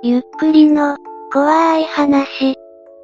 ゆっくりの、怖い話。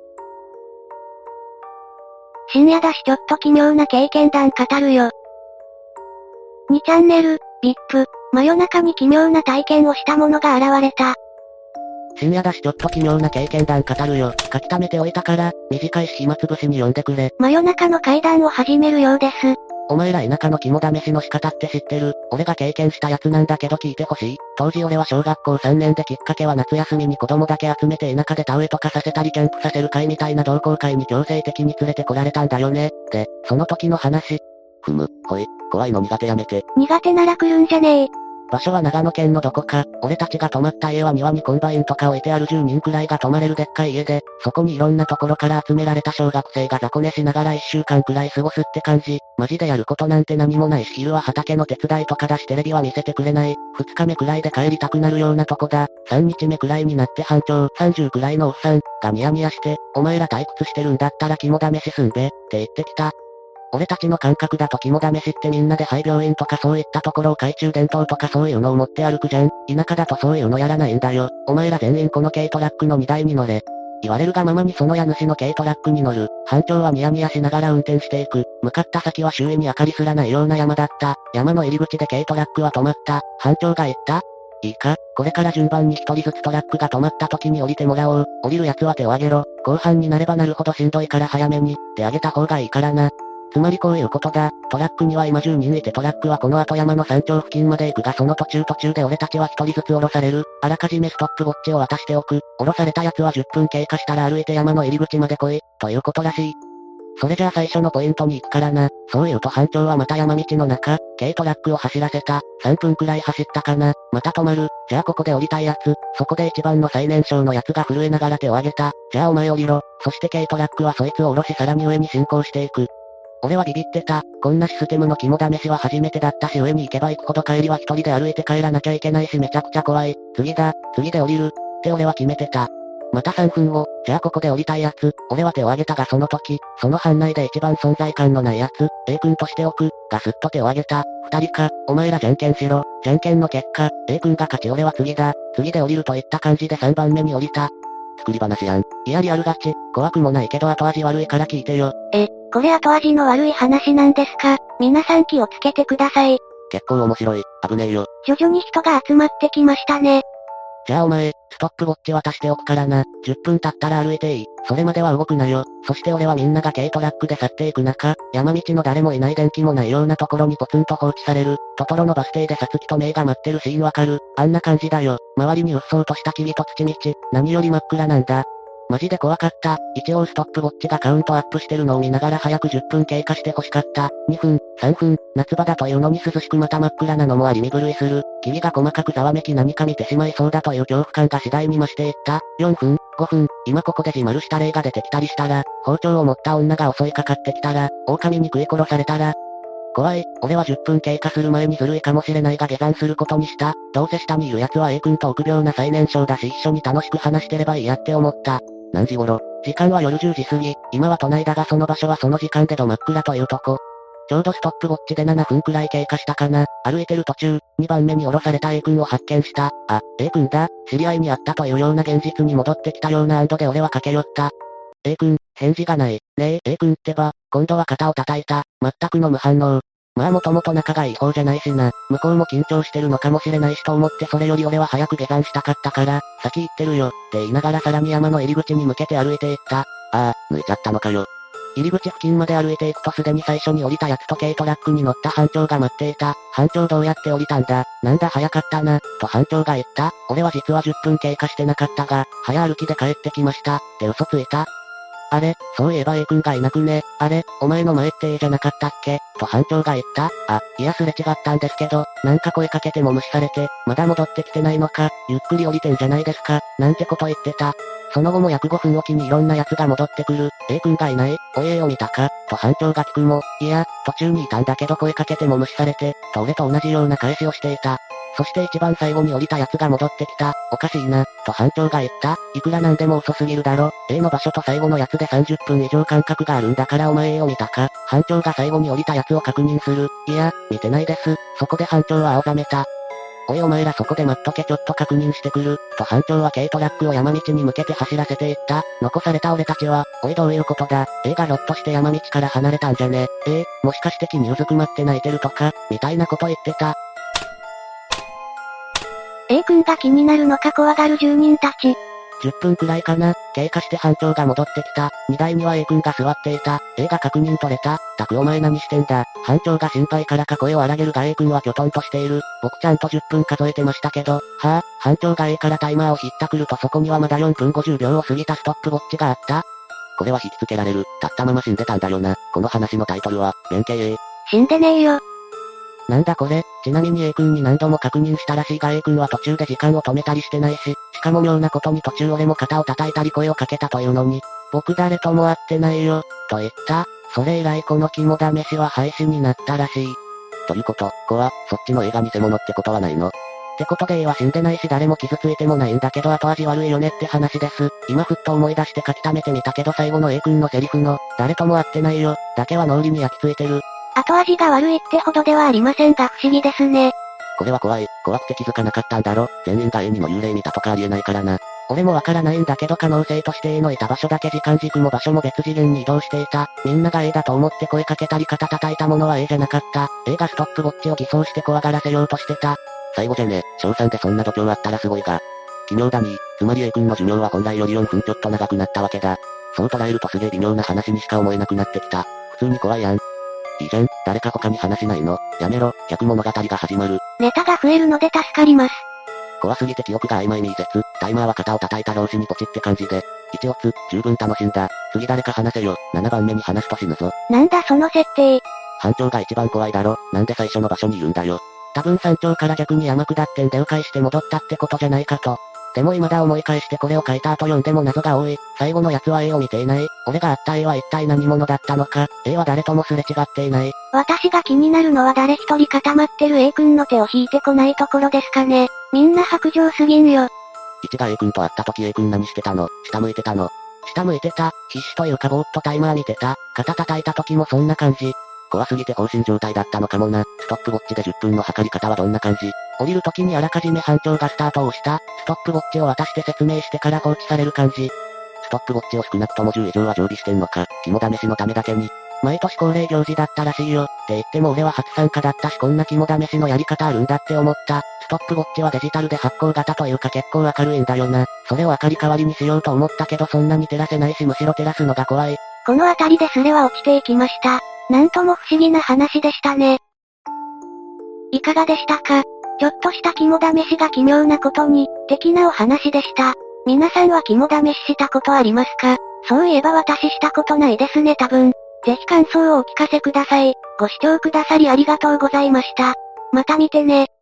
深夜だしちょっと奇妙な経験談語るよ。2チャンネル、VIP、真夜中に奇妙な体験をした者が現れた。 深夜だしちょっと奇妙な経験談語るよ。書き溜めておいたから、短いし暇つぶしに読んでくれ。 真夜中の怪談を始めるようです。 お前ら田舎の肝試しの仕方って知ってる？俺が経験したやつなんだけど聞いてほしい。当時俺は小学校3年できっかけは夏休みに子供だけ集めて田舎で田植えとかさせたりキャンプさせる会みたいな同好会に強制的に連れてこられたんだよね。で、その時の話。ほい、怖いの苦手やめて。 苦手なら来るんじゃねえ。 場所は長野県のどこか、俺たちが泊まった家は庭にコンバインとか置いてある10人くらいが泊まれるでっかい家で、そこにいろんなところから集められた小学生が雑魚寝しながら1週間くらい過ごすって感じ。マジでやることなんて何もないし昼は畑の手伝いとかだしテレビは見せてくれない。2日目くらいで帰りたくなるようなとこだ。3日目くらいになって班長、30くらいのおっさんがニヤニヤして、お前ら退屈してるんだったら肝試しすんべ、って言ってきた。俺たちの感覚だと肝試しってみんなで廃病院とかそういったところを懐中電灯とかそういうのを持って歩くじゃん。田舎だとそういうのやらないんだよ。お前ら全員この軽トラックの荷台に乗れ。言われるがままにその家主の軽トラックに乗る。班長はニヤニヤしながら運転していく。向かった先は周囲に明かりすらないような山だった。山の入り口で軽トラックは止まった。班長が言った。いいか、これから順番に一人ずつトラックが止まった時に降りてもらおう。降りる奴は手を挙げろ。後半になればなるほどしんどいから早めに、手挙げた方がいいからな。つまりこういうことだ。トラックには今10人いてトラックはこの後山の山頂付近まで行くがその途中で俺たちは一人ずつ降ろされる。あらかじめストップウォッチを渡しておく。降ろされた奴は10分経過したら歩いて山の入り口まで来い。ということらしい。それじゃあ最初のポイントに行くからな。そう言うと班長はまた山道の中、軽トラックを走らせた。3分くらい走ったかな。また止まる。じゃあここで降りたいやつ。そこで一番の最年少のやつが震えながら手を挙げた。じゃあお前降りろ。そして軽トラックはそいつを降ろしさらに上に進行していく。俺はビビってた。こんなシステムの肝試しは初めてだったし上に行けば行くほど帰りは一人で歩いて帰らなきゃいけないしめちゃくちゃ怖い。次で降りる。って俺は決めてた。また3分後、じゃあここで降りたいやつ。俺は手を挙げたがその時、その班内で一番存在感のないやつ、A 君としておく、がすっと手を挙げた。2人か、お前らじゃんけんしろ。じゃんけんの結果、A 君が勝ち俺は次で降りるといった感じで3番目に降りた。作り話やん。いやリアルガチ、怖くもないけど後味悪いから聞いてよ。 これ後味の悪い話なんですか？皆さん気をつけてください。 結構面白い。危ねえよ。 徐々に人が集まってきましたね。 じゃあお前、ストップウォッチ渡しておくからな。10分経ったら歩いていい。それまでは動くなよ。そして俺はみんなが軽トラックで去っていく中、山道の誰もいない電気もないようなところにポツンと放置される。トトロのバス停でサツキとメイが待ってるシーンわかる？あんな感じだよ。周りにうっそうとした霧と土道。何より真っ暗なんだ。マジで怖かった。一応ストップウォッチがカウントアップしてるのを見ながら早く10分経過して欲しかった。2分、3分、夏場だというのに涼しくまた真っ暗なのもあり身震いする。霧が細かくざわめき何か見てしまいそうだという恐怖感が次第に増していった。4分、5分、今ここで自丸した霊が出てきたりしたら、包丁を持った女が襲いかかってきたら、狼に食い殺されたら、怖い。俺は10分経過する前にずるいかもしれないが下山することにした。どうせ下にいる奴は A 君と臆病な最年少だし一緒に楽しく話してればいいやって思った。何時頃？時間は夜10時過ぎ。今は都内だがその場所はその時間でど真っ暗というとこ。ちょうどストップウォッチで7分くらい経過したかな。歩いてる途中、2番目に降ろされた A 君を発見した。あ、A 君だ。知り合いに会ったというような現実に戻ってきたような安堵で俺は駆け寄った。A 君、返事がない。ねえ、A 君ってば、今度は肩を叩いた。全くの無反応。まあもともと仲がいい方じゃないしな。向こうも緊張してるのかもしれないしと思ってそれより俺は早く下山したかったから、先行ってるよ、って言いながらさらに山の入り口に向けて歩いていった。抜いちゃったのかよ。入り口付近まで歩いていくとすでに最初に降りたやつと軽トラックに乗った班長が待っていた。班長どうやって降りたんだ？なんだ早かったな、と班長が言った。俺は実は10分経過してなかったが、早歩きで帰ってきました、って嘘ついた。あれ、そういえば A 君がいなくね。あれ、お前の前って A じゃなかったっけ？と班長が言った。いやすれ違ったんですけど、なんか声かけても無視されて、まだ戻ってきてないのか、ゆっくり降りてんじゃないですか、なんてこと言ってた。その後も約5分おきにいろんな奴が戻ってくる。A 君がいない？おい A を見たか？と班長が聞くも、いや、途中にいたんだけど声かけても無視されて、と俺と同じような返しをしていた。そして一番最後に降りた奴が戻ってきた。おかしいな、と班長が言った。いくらなんでも遅すぎるだろ。A の場所と最後の奴で30分以上間隔があるんだからお前 A を見たか？班長が最後に降りた奴を確認する。いや、見てないです。そこで班長は青ざめた。 おいお前らそこで待っとけちょっと確認してくる、と班長は軽トラックを山道に向けて走らせていった。残された俺たちは、おいどういうことだ、A がロッとして山道から離れたんじゃね、もしかして気にうずくまって泣いてるとか、みたいなこと言ってた。 A 君が気になるのか怖がる住人たち。 10分くらいかな、経過して班長が戻ってきた。荷台には A 君が座っていた。A が確認取れた。たくお前何してんだ。班長が心配からか声を荒げるが A 君はきょとんとしている。僕ちゃんと10分数えてましたけど、班長が A からタイマーをひったくるとそこにはまだ4分50秒を過ぎたストップウォッチがあった。これは引き付けられる。立ったまま死んでたんだよな。この話のタイトルは、弁慶 A。 死んでねえよ。 なんだこれ、ちなみに A 君に何度も確認したらしいが A 君は途中で時間を止めたりしてないし、しかも妙なことに途中俺も肩を叩いたり声をかけたというのに、僕誰とも会ってないよ、と言った。それ以来この肝試しは廃止になったらしい。ということ、そっちの映画偽物ってことはないの？ってことで A は死んでないし誰も傷ついてもないんだけど後味悪いよねって話です。今ふっと思い出して書き溜めてみたけど最後の A 君のセリフの、誰とも会ってないよ、だけは脳裏に焼き付いてる。 後味が悪いってほどではありませんが不思議ですね。 これは怖くて気づかなかったんだろ。全員が A にの幽霊見たとかありえないからな。俺もわからないんだけど可能性として A のいた場所だけ時間軸も場所も別次元に移動していた。みんなが A だと思って声かけたり肩叩いたものは A じゃなかった。A がストップウォッチを偽装して怖がらせようとしてた。最後じゃね、小3でそんな度胸あったらすごいが。奇妙だに、つまり A 君の寿命は本来より4分ちょっと長くなったわけだ。そう捉えるとすげえ微妙な話にしか思えなくなってきた。普通に怖いやん。いいじゃん、誰か他に話しないの？やめろ、逆物語が始まる。 ネタが増えるので助かります。 怖すぎて記憶が曖昧に移設、タイマーは肩を叩いた拍子にポチって感じで。一オツ、十分楽しんだ。次誰か話せよ、7番目に話すと死ぬぞ。 なんだその設定。 班長が一番怖いだろ、なんで最初の場所にいるんだよ。多分山頂から逆に山下ってんで迂回して戻ったってことじゃないかと。でも未だ思い返してこれを書いた後読んでも謎が多い。最後のやつは A を見ていない。俺が会った A は一体何者だったのか。A は誰ともすれ違っていない。 私が気になるのは誰一人固まってる A 君の手を引いてこないところですかね。みんな白状すぎんよ。 1が A 君と会った時 A 君何してたの？下向いてたの？下向いてた。必死というかぼーっとタイマー見てた。肩叩いた時もそんな感じ。怖すぎて放心状態だったのかもな。ストップウォッチで10分の測り方はどんな感じ？降りる時にあらかじめ班長がスタートを押した。ストップウォッチを渡して説明してから放置される感じ。ストップウォッチを少なくとも10以上は常備してんのか。肝試しのためだけに。毎年恒例行事だったらしいよ。って言っても俺は初参加だったしこんな肝試しのやり方あるんだって思った。ストップウォッチはデジタルで発光型というか結構明るいんだよな。それを明かり代わりにしようと思ったけどそんなに照らせないしむしろ照らすのが怖い。 この辺りでスレは落ちていきました。なんとも不思議な話でしたね。いかがでしたか？ちょっとした肝試しが奇妙なことに、的なお話でした。皆さんは肝試ししたことありますか？そういえば私したことないですね多分。ぜひ感想をお聞かせください。ご視聴くださりありがとうございました。また見てね。